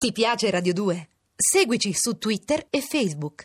Ti piace Radio 2? Seguici su Twitter e Facebook.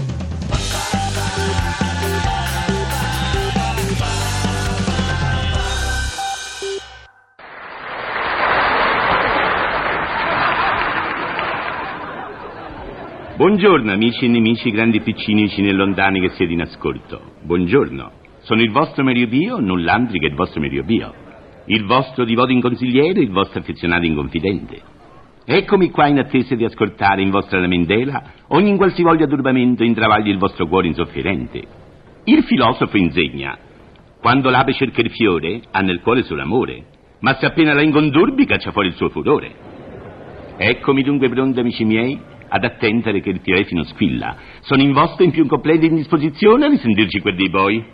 Buongiorno amici e nemici, grandi e piccini, vicini e lontani che siete in ascolto. Buongiorno, sono il vostro Mario Pio, null'altro che il vostro Mario Pio. Il vostro divoto inconsigliere, il vostro affezionato inconfidente. Eccomi qua in attesa di ascoltare in vostra lamentela ogni qualsivoglia turbamento intravagli il vostro cuore insofferente. Il filosofo insegna: quando l'ape cerca il fiore, ha nel cuore solo amore, ma se appena la inconturbi caccia fuori il suo furore. Eccomi dunque pronti, amici miei, ad attendere che il telefono squilla. Sono in vostra in più completa indisposizione a risentirci quel dei poi.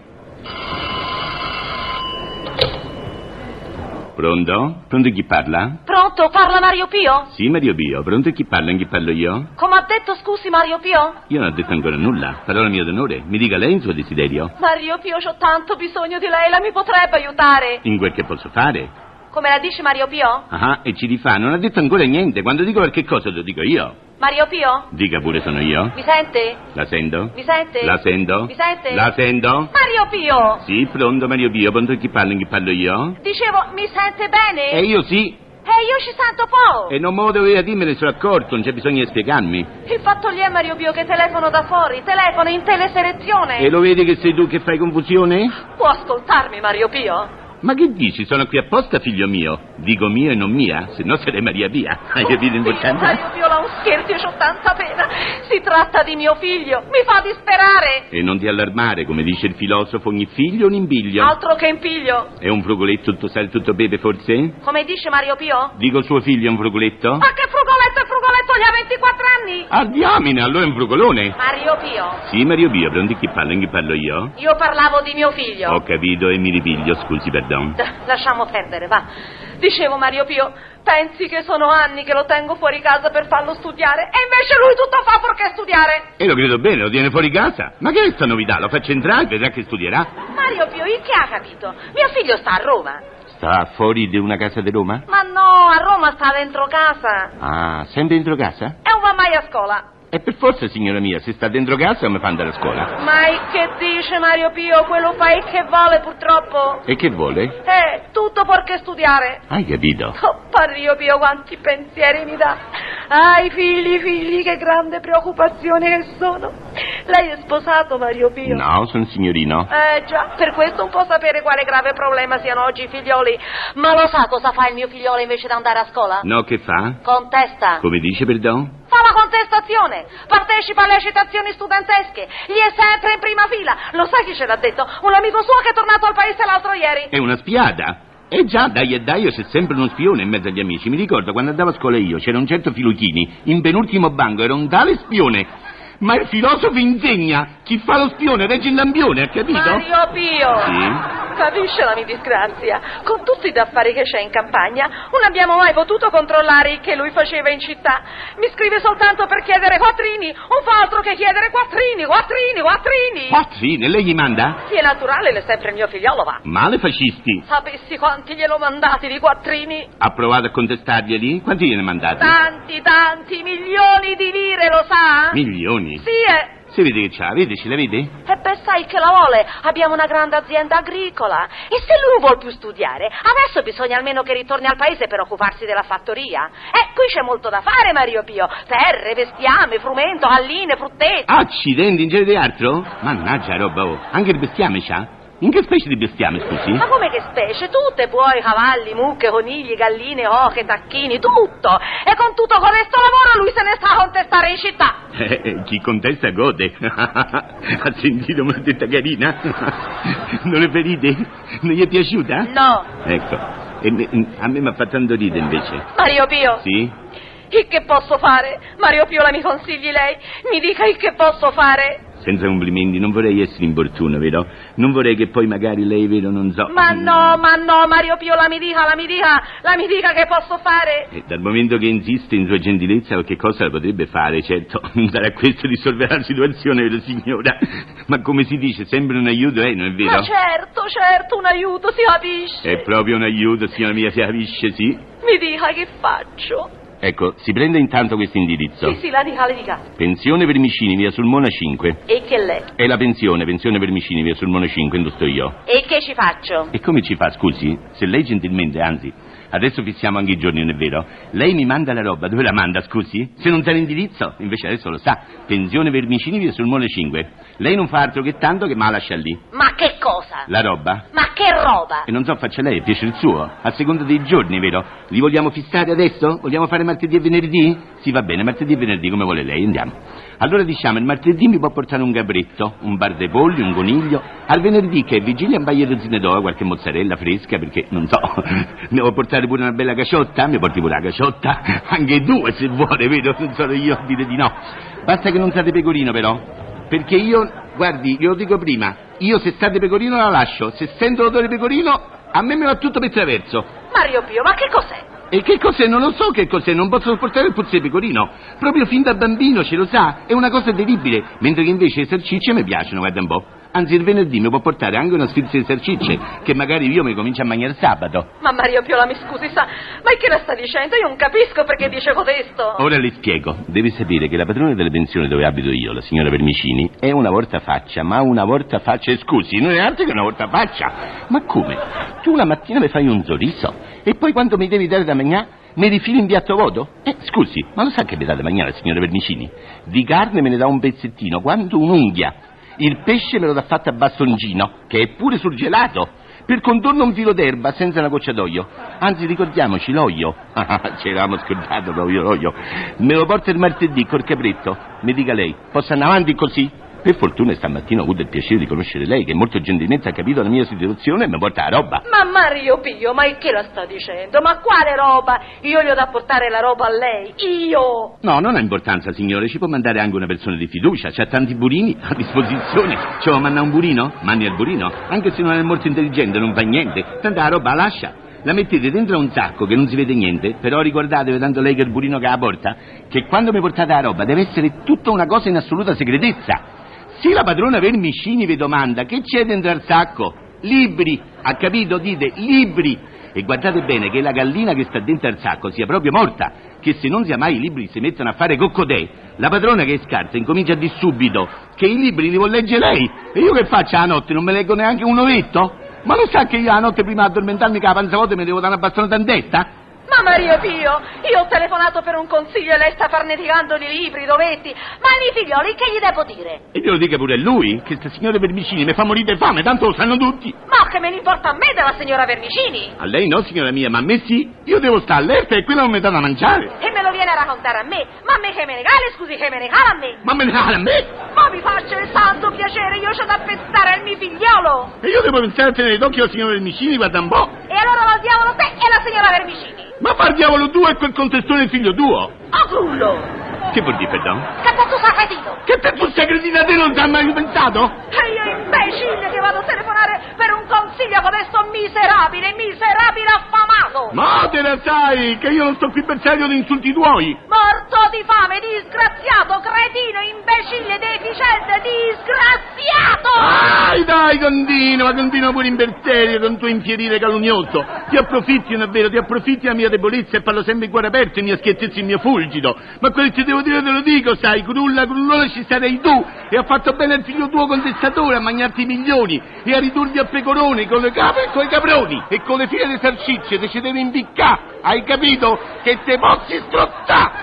Pronto? Pronto chi parla? Pronto, parla Mario Pio? Sì, Mario Pio. Pronto chi parla? In chi parlo io? Come ha detto, scusi, Mario Pio? Io non ho detto ancora nulla. Parola mia d'onore. Mi dica lei il suo desiderio. Mario Pio, c'ho tanto bisogno di lei, la mi potrebbe aiutare? In quel che posso fare. Come la dice Mario Pio? Ah, e ci rifà. Non ha detto ancora niente. Quando dico qualche cosa lo dico io. Mario Pio? Dica pure, sono io. Mi sente? La sento? Mi sente? La sento? Mi sente? La sento? Mario Pio! Sì, pronto Mario Pio. Pronto chi parla? In chi parlo io? Dicevo, mi sente bene? E io sì. Io ci sento poco. E non me lo doveva dire, me ne sono accorto. Non c'è bisogno di spiegarmi. Il fatto lì è, Mario Pio, che telefono da fuori, telefono in teleselezione. E lo vedi che sei tu che fai confusione? Può ascoltarmi, Mario Pio? Ma che dici? Sono qui apposta, figlio mio. Dico mio e non mia, se no sarei Maria Pia. Hai capito importante? Mario Pio, la un scherzo, io c'ho tanta pena. Si tratta di mio figlio, mi fa disperare. E non ti allarmare, come dice il filosofo, ogni figlio è un impiglio. Altro che impiglio. È un frugoletto tutto sale, tutto pepe, forse? Come dice Mario Pio? Dico suo figlio è un frugoletto? Ma che frugoletto è frugoletto, gli ha 24 anni. Ah, diamine, allora è un frugolone. Mario Pio. Sì, Mario Pio, pronto chi parla? In chi parlo io? Io parlavo di mio figlio. Ho capito e mi ripiglio, scusi, perdono. Lasciamo perdere, va. Dicevo, Mario Pio, pensi che sono anni che lo tengo fuori casa per farlo studiare e invece lui tutto fa fuorché studiare. E lo credo bene, lo tiene fuori casa. Ma che è sta novità? Lo faccio entrare, vedrà che studierà. Mario Pio, il che ha capito? Mio figlio sta a Roma. Sta fuori di una casa di Roma? Ma no, a Roma sta dentro casa. Ah, sempre dentro casa? E non va mai a scuola. E per forza, signora mia, se sta dentro casa mi fa andare a scuola. Ma che dice Mario Pio? Quello fa il che vuole, purtroppo. E che vuole? Tutto perché studiare. Hai capito? Oh, Mario Pio, quanti pensieri mi dà. Ah, i figli, che grande preoccupazione che sono. Lei è sposato, Mario Pio? No, sono signorino. Già, per questo non può sapere quale grave problema siano oggi i figlioli. Ma lo sa cosa fa il mio figliolo invece di andare a scuola? No, che fa? Contesta. Come dice, perdono? Fa la contestazione, partecipa alle agitazioni studentesche, gli è sempre in prima fila. Lo sai chi ce l'ha detto? Un amico suo che è tornato al paese l'altro ieri. È una spiata. E già, dai e dai, c'è sempre uno spione in mezzo agli amici. Mi ricordo quando andavo a scuola io, c'era un certo Filuchini, in penultimo banco, era un tale spione. Ma il filosofo insegna, chi fa lo spione regge il lampione, ha capito? Mario Pio! Sì? Capisce la mia disgrazia? Con tutti gli affari che c'è in campagna, non abbiamo mai potuto controllare il che lui faceva in città. Mi scrive soltanto per chiedere quattrini, non fa altro che chiedere quattrini. Quattrini? Lei gli manda? Sì, è naturale, le sempre il mio figliolo va. Male fascisti. Sapessi quanti glielo mandati di quattrini? Ha provato a contestarglieli? Quanti gliene mandati? Tanti, milioni di lire, lo sa? Milioni? Sì, Si vede che c'ha, vede, ce la vede? E beh, sai che la vuole, abbiamo una grande azienda agricola. E se lui non vuol più studiare, adesso bisogna almeno che ritorni al paese per occuparsi della fattoria. Qui c'è molto da fare, Mario Pio. Terre, bestiame, frumento, galline, frutteti. Accidenti, in genere di altro? Mannaggia roba, oh. Anche il bestiame c'ha? In che specie di bestiame, scusi? Ma come che specie? Tutte buoi, cavalli, mucche, conigli, galline, oche, tacchini, tutto. E con tutto questo lavoro lui se ne sta a contestare in città. Chi contesta gode. Ha sentito una detta carina? Non le ferite? Non gli è piaciuta? No. Ecco, a me mi ha fatto tanto ridere invece. Mario Pio. Sì? Il che posso fare? Mario Pio, la mi consigli lei? Mi dica il che posso fare? Senza complimenti, non vorrei essere importuno, vero? Non vorrei che poi magari lei, vero, non so... Ma no, Mario Pio, la mi dica che posso fare? Dal momento che insiste in sua gentilezza, qualche cosa la potrebbe fare, certo. Non sarà questo risolvere la situazione, vero signora? Ma come si dice, sempre un aiuto, non è vero? Ma certo, un aiuto, si capisce. È proprio un aiuto, signora mia, si capisce, sì. Mi dica che faccio. Ecco, si prende intanto questo indirizzo. Sì, la dica, le dica. Pensione Vermicini, via Sulmona 5. E che lei? È la pensione Vermicini, via Sulmona 5, dove sto io. E che ci faccio? E come ci fa, scusi? Se lei gentilmente, anzi, adesso fissiamo anche i giorni, non è vero? Lei mi manda la roba, dove la manda, scusi? Se non sa l'indirizzo, invece adesso lo sa. Pensione Vermicini, via Sulmona 5. Lei non fa altro che tanto che me la lascia lì. Ma che cosa? La roba? Ma che roba? E non so, faccia lei, è piace il suo. A seconda dei giorni, vero? Li vogliamo fissare adesso? Vogliamo fare martedì e venerdì? Sì, va bene, martedì e venerdì, come vuole lei, andiamo. Allora diciamo, il martedì mi può portare un capretto, un bar dei polli, un coniglio. Al venerdì, che è vigilia, un paio di rozzine d'oro, qualche mozzarella fresca, perché, non so, mi può portare pure una bella caciotta? Mi porti pure la caciotta? Anche due, se vuole, vedo, non sono io a dire di no. Basta che non siate pecorino, però. Perché io, guardi, glielo dico prima, io se state pecorino la lascio, se sento l'odore pecorino, a me va tutto per traverso. Mario Pio, ma che cos'è? E che cos'è? Non lo so che cos'è, non posso sopportare il puzzo di pecorino. Proprio fin da bambino, ce lo sa, è una cosa terribile. Mentre che invece le salsicce mi piacciono, guarda un po'. Anzi, il venerdì mi può portare anche una sfilza di salsicce, che magari io mi comincio a mangiare sabato. Ma Mario Piola, mi scusi, sa, ma che la sta dicendo? Io non capisco perché dice codesto. Ora le spiego. Devi sapere che la padrona delle pensioni dove abito io, la signora Vermicini, è una voltafaccia, ma una voltafaccia, scusi, non è altro che una voltafaccia. Ma come? Tu la mattina mi fai un sorriso e poi quando mi devi dare da mangiare mi rifili in piatto vuoto? Scusi, ma lo sa che mi dà da mangiare la signora Vermicini? Di carne me ne dà un pezzettino, quanto un'unghia. Il pesce me lo dà fatto a bastoncino, che è pure surgelato. Per contorno un filo d'erba, senza una goccia d'olio. Anzi, ricordiamoci, l'olio. Ce l'avevamo scordato proprio l'olio. Me lo porta il martedì col capretto. Mi dica lei, posso andare avanti così? Per fortuna stamattina ho avuto il piacere di conoscere lei, che molto gentilmente ha capito la mia situazione e mi porta la roba. Ma Mario Pio, ma che la sta dicendo? Ma quale roba? Io gli ho da portare la roba a lei? Io? No, non ha importanza, signore, ci può mandare anche una persona di fiducia, c'ha tanti burini a disposizione. Ci vuole mandare un burino? Mandi al burino, anche se non è molto intelligente, non fa niente, tanto la roba la lascia. La mettete dentro a un sacco che non si vede niente, però ricordatevi, tanto lei che è il burino che la porta, che quando mi portate la roba deve essere tutta una cosa in assoluta segretezza. Se la padrona Vermicini vi domanda che c'è dentro al sacco, libri, ha capito? Dite libri. E guardate bene che la gallina che sta dentro al sacco sia proprio morta, che se non sia mai i libri si mettono a fare coccodè, la padrona che è scarsa incomincia a dire subito che i libri li vuol leggere lei. E io che faccio la notte? Non me leggo neanche un ovetto? Ma lo sa che io la notte prima di addormentarmi che la panza vuota mi devo dare una bastonata in testa? Ma Mario Pio, io ho telefonato per un consiglio e lei sta farneticando di libri, dovetti. Ma ai miei figlioli che gli devo dire? E glielo dica pure a lui, che sta signora Vermicini mi fa morire di fame, tanto lo sanno tutti. Ma che me ne importa a me della signora Vermicini? A lei no, signora mia, ma a me sì. Io devo stare allerta e quella non mi dà da mangiare. E me lo viene a raccontare a me? Ma a me che me ne cala, scusi, che me ne cala a me? Ma me ne cala a me? Ma mi faccia il santo piacere, io c'ho da pensare al mio figliolo. E io devo pensare a tenere d'occhio la signora Vermicini, guarda un po'. E allora va al diavolo te e la signora Vermicini. Ma far diavolo tu e quel contestone figlio tuo? Oh, cullo! Che vuol dire, perdono? Che te tu sei cretino? Che te tu sei cretino, a te non ti hai mai pensato? E io imbecille che vado a telefonare per un consiglio con questo miserabile affamato! Ma te la sai che io non sto qui per serio di insulti tuoi? Morto di fame, disgraziato, cretino, imbecille, deficiente, disgraziato! Dai, continua pure imperterio con tuo infierire calunnoso. Ti approfitti, non è vero, ti approfitti della mia debolezza e parlo sempre in cuore aperto, il mio schiattezza, il mio fulgido. Ma quello che ti devo dire te lo dico, sai, crullone ci sarei tu, e ha fatto bene il figlio tuo contestatore a mangiarti i milioni e a ridurvi a pecoroni con le capre e con i caproni e con le file di salsicce te ci devi impiccare, hai capito? Che te posso strozzare!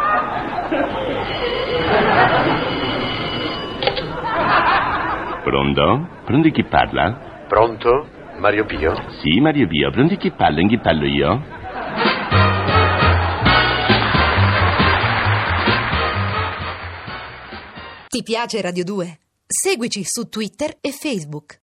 Pronto? Pronto chi parla? Pronto? Mario Pio? Sì, Mario Pio, pronto chi parla? In chi parlo io? Ti piace Radio 2? Seguici su Twitter e Facebook.